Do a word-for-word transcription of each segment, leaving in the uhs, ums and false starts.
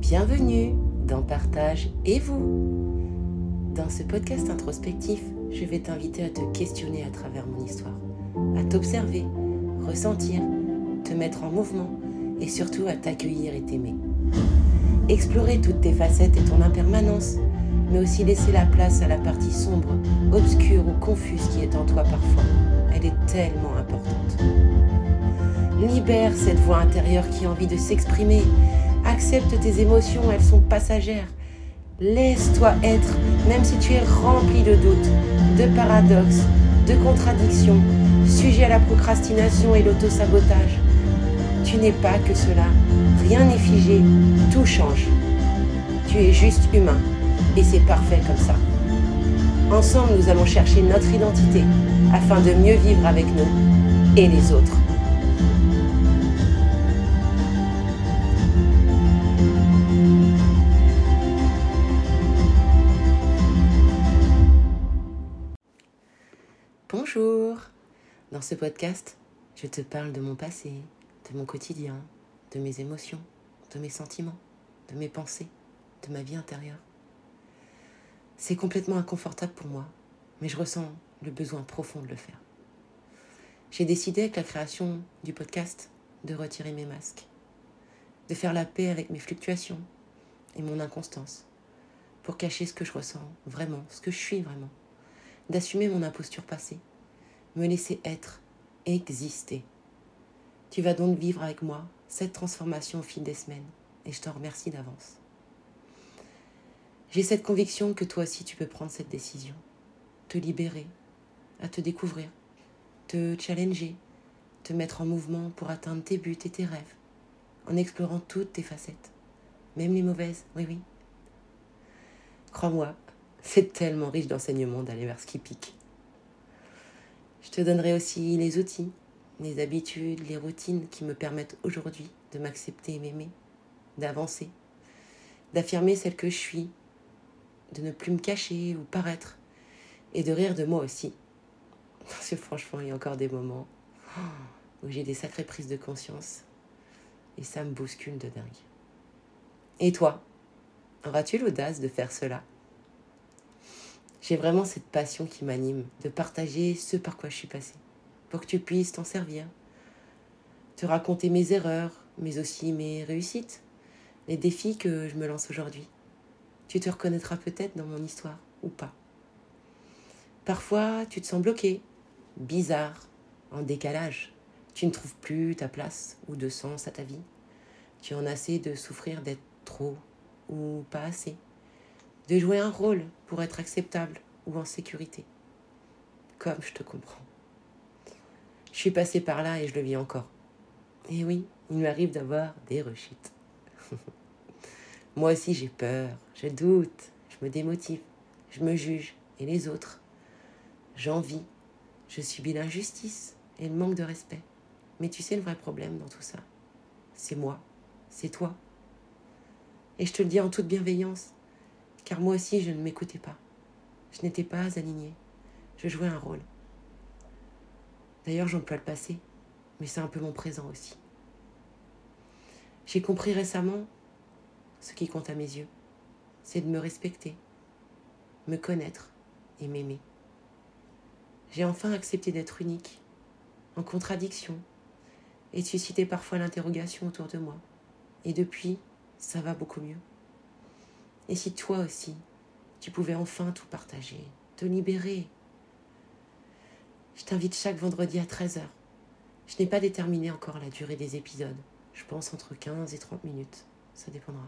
Bienvenue dans Partage et vous. Dans ce podcast introspectif, je vais t'inviter à te questionner à travers mon histoire, à t'observer, ressentir, te mettre en mouvement et surtout à t'accueillir et t'aimer. Explorer toutes tes facettes et ton impermanence, mais aussi laisser la place à la partie sombre, obscure ou confuse qui est en toi parfois. Elle est tellement importante. Libère cette voix intérieure qui a envie de s'exprimer. Accepte tes émotions, elles sont passagères. Laisse-toi être, même si tu es rempli de doutes, de paradoxes, de contradictions, sujet à la procrastination et l'autosabotage. Tu n'es pas que cela. Rien n'est figé, tout change. Tu es juste humain et c'est parfait comme ça. Ensemble, nous allons chercher notre identité afin de mieux vivre avec nous et les autres. Bonjour. Dans ce podcast, je te parle de mon passé, de mon quotidien, de mes émotions, de mes sentiments, de mes pensées, de ma vie intérieure. C'est complètement inconfortable pour moi, mais je ressens le besoin profond de le faire. J'ai décidé avec la création du podcast de retirer mes masques, de faire la paix avec mes fluctuations et mon inconstance, pour cacher ce que je ressens vraiment, ce que je suis vraiment, d'assumer mon imposture passée, me laisser être, exister. Tu vas donc vivre avec moi cette transformation au fil des semaines et je t'en remercie d'avance. J'ai cette conviction que toi aussi tu peux prendre cette décision, te libérer, à te découvrir, te challenger, te mettre en mouvement pour atteindre tes buts et tes rêves, en explorant toutes tes facettes, même les mauvaises, oui oui. Crois-moi, c'est tellement riche d'enseignements d'aller vers ce qui pique. Je te donnerai aussi les outils, les habitudes, les routines qui me permettent aujourd'hui de m'accepter et m'aimer, d'avancer, d'affirmer celle que je suis, de ne plus me cacher ou paraître et de rire de moi aussi. Parce que franchement, il y a encore des moments où j'ai des sacrées prises de conscience et ça me bouscule de dingue. Et toi, auras-tu l'audace de faire cela ? J'ai vraiment cette passion qui m'anime, de partager ce par quoi je suis passée, pour que tu puisses t'en servir, te raconter mes erreurs, mais aussi mes réussites, les défis que je me lance aujourd'hui. Tu te reconnaîtras peut-être dans mon histoire, ou pas. Parfois, tu te sens bloqué, bizarre, en décalage. Tu ne trouves plus ta place ou de sens à ta vie. Tu en as assez de souffrir d'être trop ou pas assez. De jouer un rôle pour être acceptable ou en sécurité. Comme je te comprends. Je suis passée par là et je le vis encore. Et oui, il m'arrive d'avoir des rechutes. Moi aussi j'ai peur, je doute, je me démotive, je me juge. Et les autres, j'envie, je subis l'injustice et le manque de respect. Mais tu sais le vrai problème dans tout ça, c'est moi, c'est toi. Et je te le dis en toute bienveillance. Car moi aussi, je ne m'écoutais pas. Je n'étais pas alignée. Je jouais un rôle. D'ailleurs, j'emploie le passé, mais c'est un peu mon présent aussi. J'ai compris récemment, ce qui compte à mes yeux, c'est de me respecter, me connaître et m'aimer. J'ai enfin accepté d'être unique, en contradiction, et de susciter parfois l'interrogation autour de moi. Et depuis, ça va beaucoup mieux. Et si toi aussi, tu pouvais enfin tout partager, te libérer. Je t'invite chaque vendredi à treize heures. Je n'ai pas déterminé encore la durée des épisodes. Je pense entre quinze et trente minutes. Ça dépendra.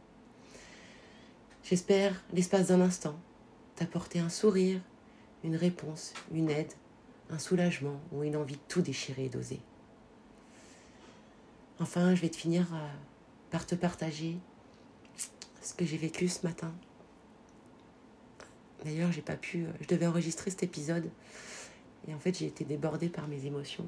J'espère, l'espace d'un instant, t'apporter un sourire, une réponse, une aide, un soulagement ou une envie de tout déchirer et d'oser. Enfin, je vais te finir par te partager ce que j'ai vécu ce matin. D'ailleurs, j'ai pas pu, je devais enregistrer cet épisode et en fait, j'ai été débordée par mes émotions.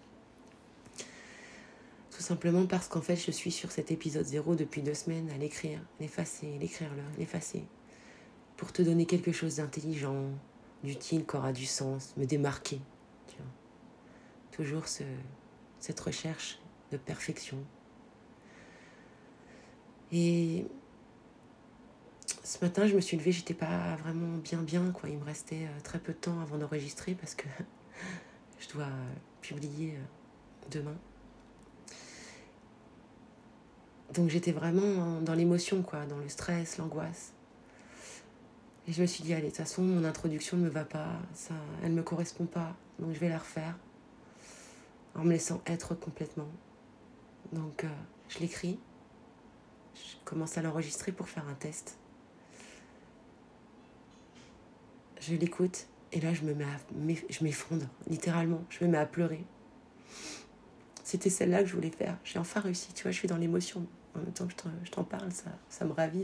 Tout simplement parce qu'en fait, je suis sur cet épisode zéro depuis deux semaines à l'écrire, l'effacer, l'écrire-le, l'effacer, pour te donner quelque chose d'intelligent, d'utile, qui aura du sens, me démarquer. Tu vois. Toujours ce, cette recherche de perfection. Et ce matin, je me suis levée, j'étais pas vraiment bien bien, quoi. Il me restait euh, très peu de temps avant d'enregistrer parce que je dois euh, publier euh, demain. Donc j'étais vraiment dans l'émotion, quoi, dans le stress, l'angoisse. Et je me suis dit, allez, de toute façon, mon introduction ne me va pas, ça, elle ne me correspond pas, donc je vais la refaire en me laissant être complètement. Donc euh, je l'écris, je commence à l'enregistrer pour faire un test. Je l'écoute et là je me mets à, je m'effondre, littéralement, je me mets à pleurer. C'était celle-là que je voulais faire, j'ai enfin réussi, tu vois, je suis dans l'émotion. En même temps que je t'en parle, ça, ça me ravive.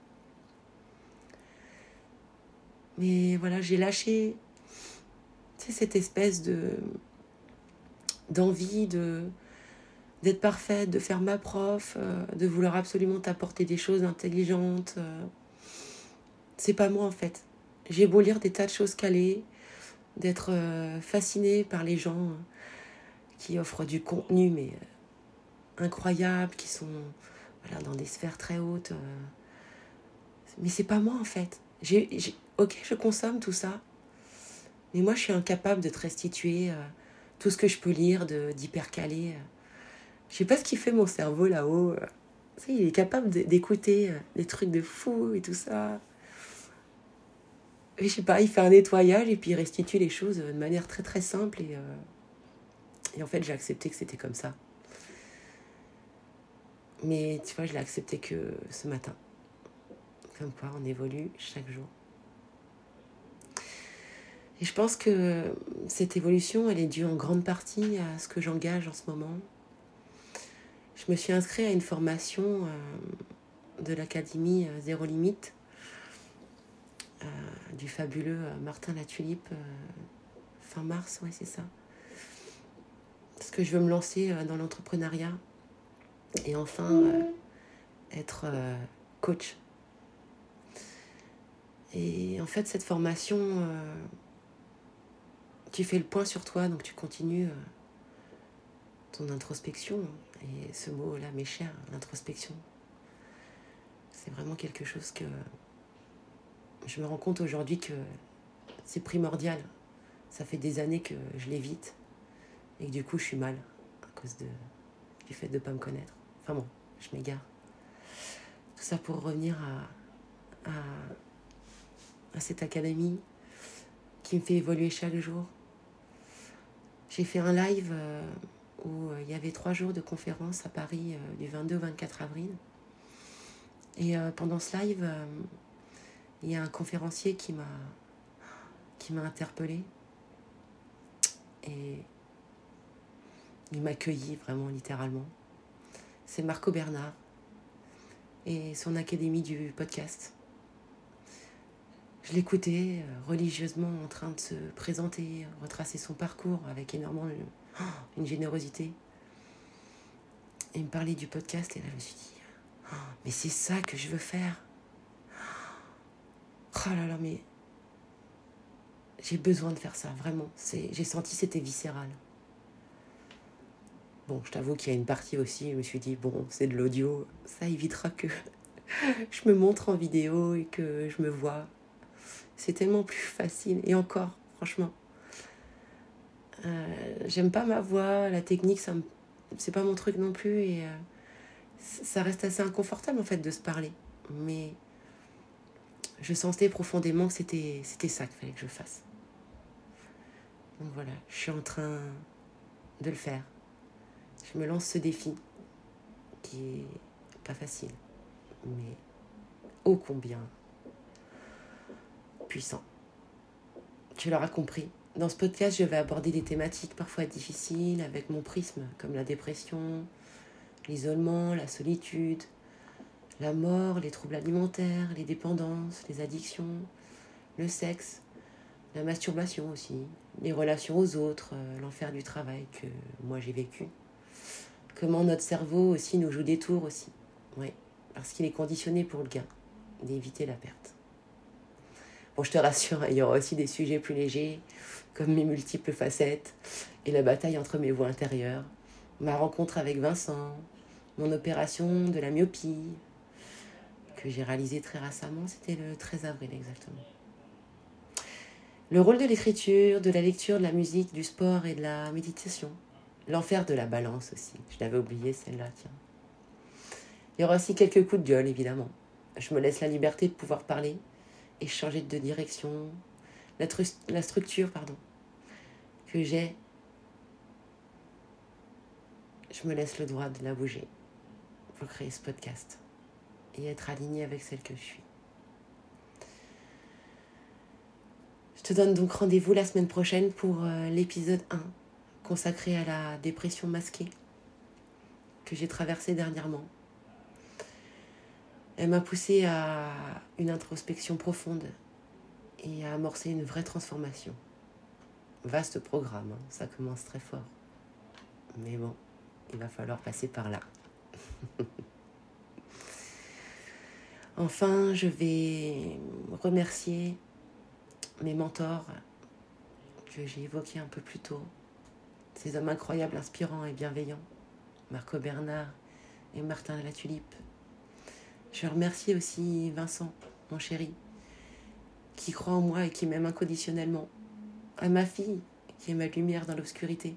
Mais voilà, j'ai lâché, tu sais, cette espèce de d'envie de d'être parfaite, de faire ma prof, euh, de vouloir absolument t'apporter des choses intelligentes. Euh. C'est pas moi, en fait. J'ai beau lire des tas de choses calées, d'être euh, fascinée par les gens euh, qui offrent du contenu, mais euh, incroyable, qui sont voilà, dans des sphères très hautes. Euh. Mais c'est pas moi, en fait. J'ai, j'ai... Ok, je consomme tout ça, mais moi, je suis incapable de te restituer euh, tout ce que je peux lire de, d'hyper calé. Euh. Je sais pas ce qui fait mon cerveau là-haut. Euh. Tu sais, il est capable de, d'écouter euh, des trucs de fou et tout ça. Et je sais pas, il fait un nettoyage et puis il restitue les choses de manière très très simple. Et, euh... et en fait, j'ai accepté que c'était comme ça. Mais tu vois, je l'ai accepté que ce matin. Comme quoi, on évolue chaque jour. Et je pense que cette évolution, elle est due en grande partie à ce que j'engage en ce moment. Je me suis inscrite à une formation euh, de l'Académie euh, Zéro Limite, euh, du fabuleux euh, Martin Latulippe, euh, fin mars, ouais, c'est ça. Parce que je veux me lancer euh, dans l'entrepreneuriat et enfin euh, être euh, coach. Et en fait, cette formation, euh, tu fais le point sur toi, donc tu continues euh, ton introspection. Et ce mot-là m'est cher, l'introspection. C'est vraiment quelque chose que je me rends compte aujourd'hui que c'est primordial. Ça fait des années que je l'évite et que du coup, je suis mal à cause de, du fait de ne pas me connaître. Enfin bon, je m'égare. Tout ça pour revenir à, à, à cette académie qui me fait évoluer chaque jour. J'ai fait un live euh, où euh, il y avait trois jours de conférence à Paris euh, du vingt-deux au vingt-quatre avril. Et euh, pendant ce live, euh, il y a un conférencier qui m'a, qui m'a interpellée. Et il m'a accueilli vraiment littéralement. C'est Marco Bernard et son académie du podcast. Je l'écoutais euh, religieusement en train de se présenter, retracer son parcours avec énormément de, oh, une générosité. Et il me parlait du podcast et là je me suis dit, oh, mais c'est ça que je veux faire. Oh là là, mais j'ai besoin de faire ça, vraiment. C'est, j'ai senti que c'était viscéral. Bon, je t'avoue qu'il y a une partie aussi, je me suis dit, bon, c'est de l'audio, ça évitera que je me montre en vidéo et que je me vois. C'est tellement plus facile. Et encore, franchement, euh, j'aime pas ma voix, la technique, ça me, c'est pas mon truc non plus. Et euh, ça reste assez inconfortable en fait de se parler. Mais je sentais profondément que c'était, c'était ça qu'il fallait que je fasse. Donc voilà, je suis en train de le faire. Je me lance ce défi qui est pas facile, mais ô combien puissant. Tu l'auras compris. Dans ce podcast, je vais aborder des thématiques parfois difficiles avec mon prisme, comme la dépression, l'isolement, la solitude, la mort, les troubles alimentaires, les dépendances, les addictions, le sexe, la masturbation aussi, les relations aux autres, euh, l'enfer du travail que moi j'ai vécu. Comment notre cerveau aussi nous joue des tours aussi. Oui, parce qu'il est conditionné pour le gain, d'éviter la perte. Bon, je te rassure, il y aura aussi des sujets plus légers, comme mes multiples facettes et la bataille entre mes voix intérieures, ma rencontre avec Vincent, mon opération de la myopie, que j'ai réalisé très récemment, c'était le treize avril exactement. Le rôle de l'écriture, de la lecture, de la musique, du sport et de la méditation. L'enfer de la balance aussi. Je l'avais oublié celle-là, tiens. Il y aura aussi quelques coups de gueule, évidemment. Je me laisse la liberté de pouvoir parler et changer de direction. La, tru- la structure, pardon, que j'ai, je me laisse le droit de la bouger pour créer ce podcast et être alignée avec celle que je suis. Je te donne donc rendez-vous la semaine prochaine pour euh, l'épisode un, consacré à la dépression masquée que j'ai traversée dernièrement. Elle m'a poussée à une introspection profonde et à amorcer une vraie transformation. Vaste programme, hein, ça commence très fort. Mais bon, il va falloir passer par là. Enfin, je vais remercier mes mentors que j'ai évoqués un peu plus tôt. Ces hommes incroyables, inspirants et bienveillants. Marco Bernard et Martin Latulipe. Je remercie aussi Vincent, mon chéri, qui croit en moi et qui m'aime inconditionnellement. À ma fille, qui est ma lumière dans l'obscurité.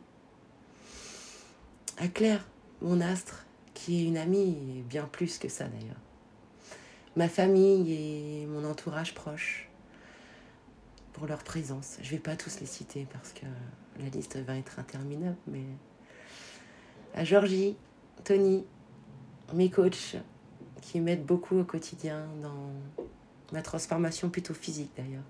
À Claire, mon astre, qui est une amie, et bien plus que ça d'ailleurs. Ma famille et mon entourage proche, pour leur présence. Je ne vais pas tous les citer parce que la liste va être interminable, mais à Georgie, Tony, mes coachs, qui m'aident beaucoup au quotidien dans ma transformation plutôt physique d'ailleurs.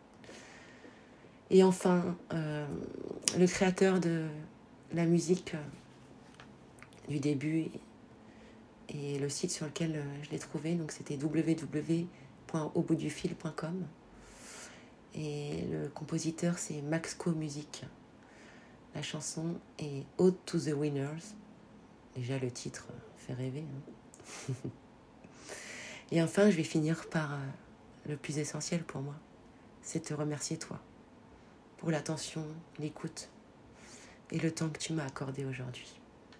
Et enfin, euh, le créateur de la musique euh, du début et le site sur lequel euh, je l'ai trouvé, donc c'était w w w point au bout du fil point com. Et le compositeur, c'est Maxco Music. La chanson est Ode to the Winners. Déjà, le titre fait rêver. Hein. Et enfin, je vais finir par euh, le plus essentiel pour moi. C'est te remercier, toi, pour l'attention, l'écoute et le temps que tu m'as accordé aujourd'hui.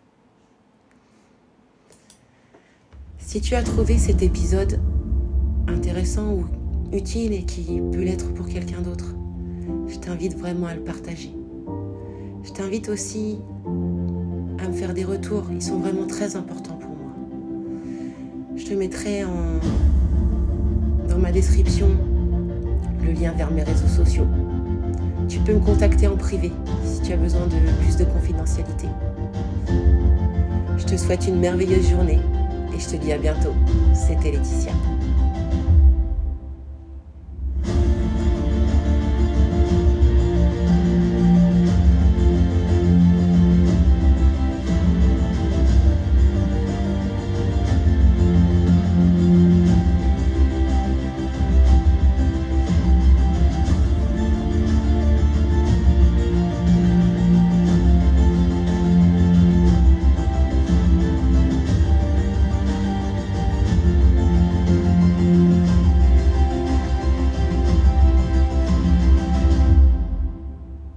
Si tu as trouvé cet épisode intéressant ou utile et qui peut l'être pour quelqu'un d'autre, je t'invite vraiment à le partager. Je t'invite aussi à me faire des retours, ils sont vraiment très importants pour moi. Je te mettrai en, dans ma description le lien vers mes réseaux sociaux. Tu peux me contacter en privé si tu as besoin de plus de confidentialité. Je te souhaite une merveilleuse journée et je te dis à bientôt. C'était Laetitia.